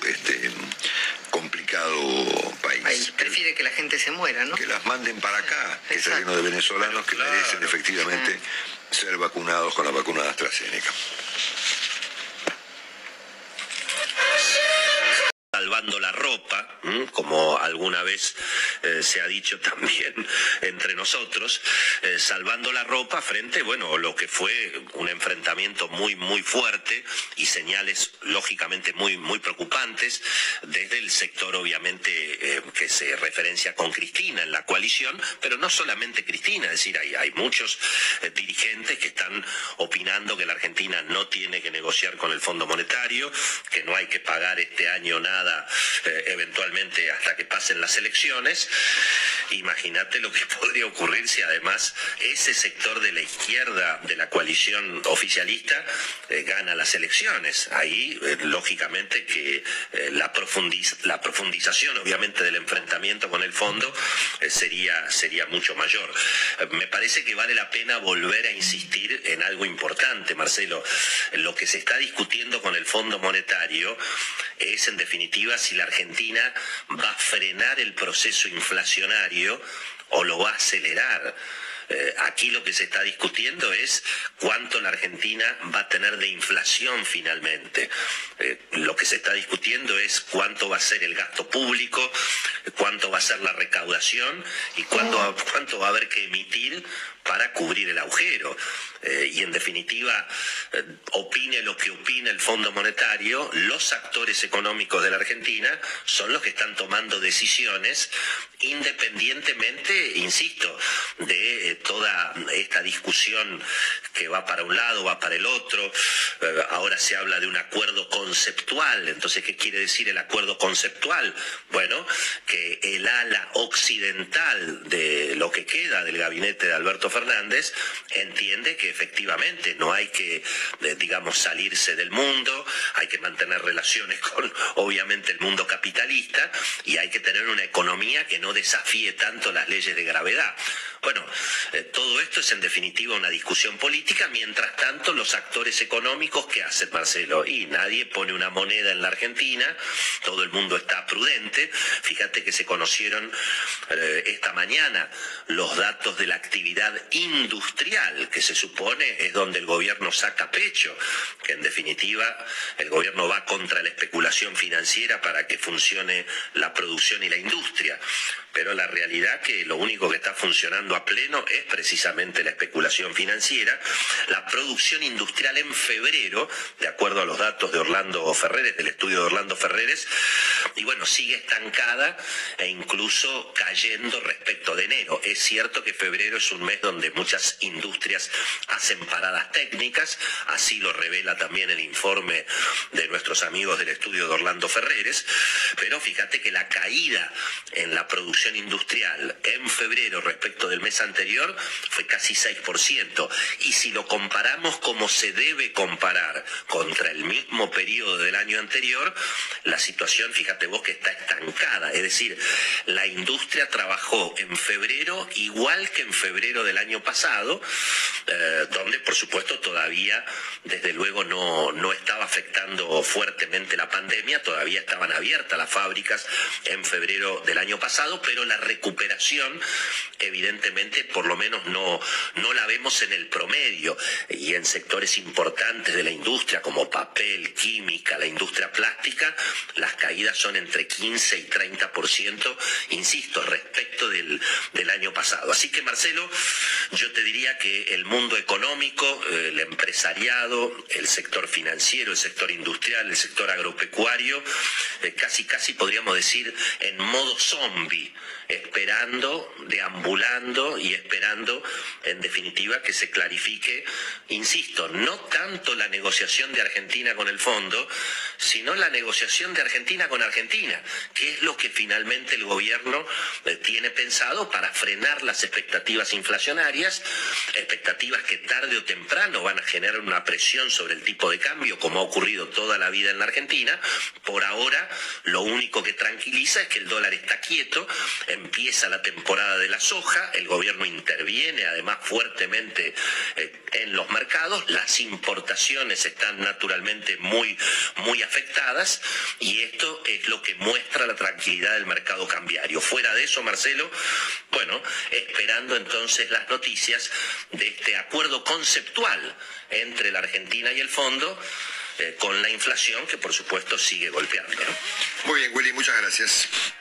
complicado país. Prefiere que la gente se muera, ¿no? Que las manden para acá, que está lleno de venezolanos que merecen efectivamente ser vacunados con la vacuna de AstraZeneca. Salvando la ropa, como alguna vez se ha dicho también entre nosotros, salvando la ropa frente, a lo que fue un enfrentamiento muy, muy fuerte y señales lógicamente muy, muy preocupantes desde el sector, obviamente, que se referencia con Cristina en la coalición, pero no solamente Cristina, es decir, hay muchos dirigentes que están opinando que la Argentina no tiene que negociar con el Fondo Monetario, que no hay que pagar este año nada, eventualmente hasta que pasen las elecciones. Imagínate lo que podría ocurrir si además ese sector de la izquierda de la coalición oficialista gana las elecciones. Ahí, lógicamente, que la profundización, obviamente, del enfrentamiento con el fondo sería mucho mayor. Me parece que vale la pena volver a insistir en algo importante, Marcelo. Lo que se está discutiendo con el Fondo Monetario es, en definitiva, si la Argentina va a frenar el proceso inflacionario o lo va a acelerar. Aquí lo que se está discutiendo es cuánto la Argentina va a tener de inflación finalmente. Lo que se está discutiendo es cuánto va a ser el gasto público, cuánto va a ser la recaudación y cuánto va a haber que emitir para cubrir el agujero. Y en definitiva, opine lo que opine el Fondo Monetario, los actores económicos de la Argentina son los que están tomando decisiones independientemente, insisto, de toda esta discusión que va para un lado, va para el otro. Ahora se habla de un acuerdo conceptual. Entonces, ¿qué quiere decir el acuerdo conceptual? Bueno, que el ala occidental de lo que queda del gabinete de Alberto Fernández entiende que efectivamente no hay que, digamos, salirse del mundo, hay que mantener relaciones con, obviamente, el mundo capitalista y hay que tener una economía que no desafíe tanto las leyes de gravedad. Bueno, todo esto es en definitiva una discusión política. Mientras tanto, los actores económicos, ¿qué hacen, Marcelo? Y nadie pone una moneda en la Argentina, todo el mundo está prudente. Fíjate que se conocieron esta mañana los datos de la actividad industrial, que se supone es donde el gobierno saca pecho, que en definitiva el gobierno va contra la especulación financiera para que funcione la producción y la industria. Pero la realidad que lo único que está funcionando a pleno es precisamente la especulación financiera. La producción industrial en febrero, de acuerdo a los datos de Orlando Ferreres, del estudio de Orlando Ferreres, y bueno, sigue estancada e incluso cayendo respecto de enero. Es cierto que febrero es un mes donde muchas industrias hacen paradas técnicas, así lo revela también el informe de nuestros amigos del estudio de Orlando Ferreres, pero fíjate que la caída en la producción industrial en febrero respecto del mes anterior fue casi 6%, y si lo comparamos como se debe comparar contra el mismo periodo del año anterior, la situación, fíjate vos, que está estancada. Es decir, la industria trabajó en febrero igual que en febrero del año pasado, donde por supuesto todavía desde luego no estaba afectando fuertemente la pandemia, todavía estaban abiertas las fábricas en febrero del año pasado, pero la recuperación evidentemente por lo menos no la vemos en el promedio, y en sectores importantes de la industria como papel, química, la industria plástica, las caídas son entre 15 y 30%, insisto, respecto del año pasado. Así que, Marcelo, yo te diría que el mundo económico, el empresariado, el sector financiero, el sector industrial, el sector agropecuario, casi podríamos decir en modo zombie, esperando, deambulando y esperando en definitiva que se clarifique, insisto, no tanto la negociación de Argentina con el fondo, sino la negociación de Argentina con Argentina, que es lo que finalmente el gobierno tiene pensado para frenar las expectativas inflacionarias, expectativas que tarde o temprano van a generar una presión sobre el tipo de cambio, como ha ocurrido toda la vida en la Argentina. Por ahora, lo único que tranquiliza es que el dólar está quieto, empieza la temporada de la soja, el gobierno interviene además fuertemente en los mercados, las importaciones están naturalmente muy afectadas, y esto es lo que muestra la tranquilidad del mercado cambiario. Fuera de eso, Marcelo, bueno, esperando entonces las noticias de este acuerdo conceptual entre la Argentina y el fondo, con la inflación que por supuesto sigue golpeando, ¿no? Muy bien, Willy, muchas gracias.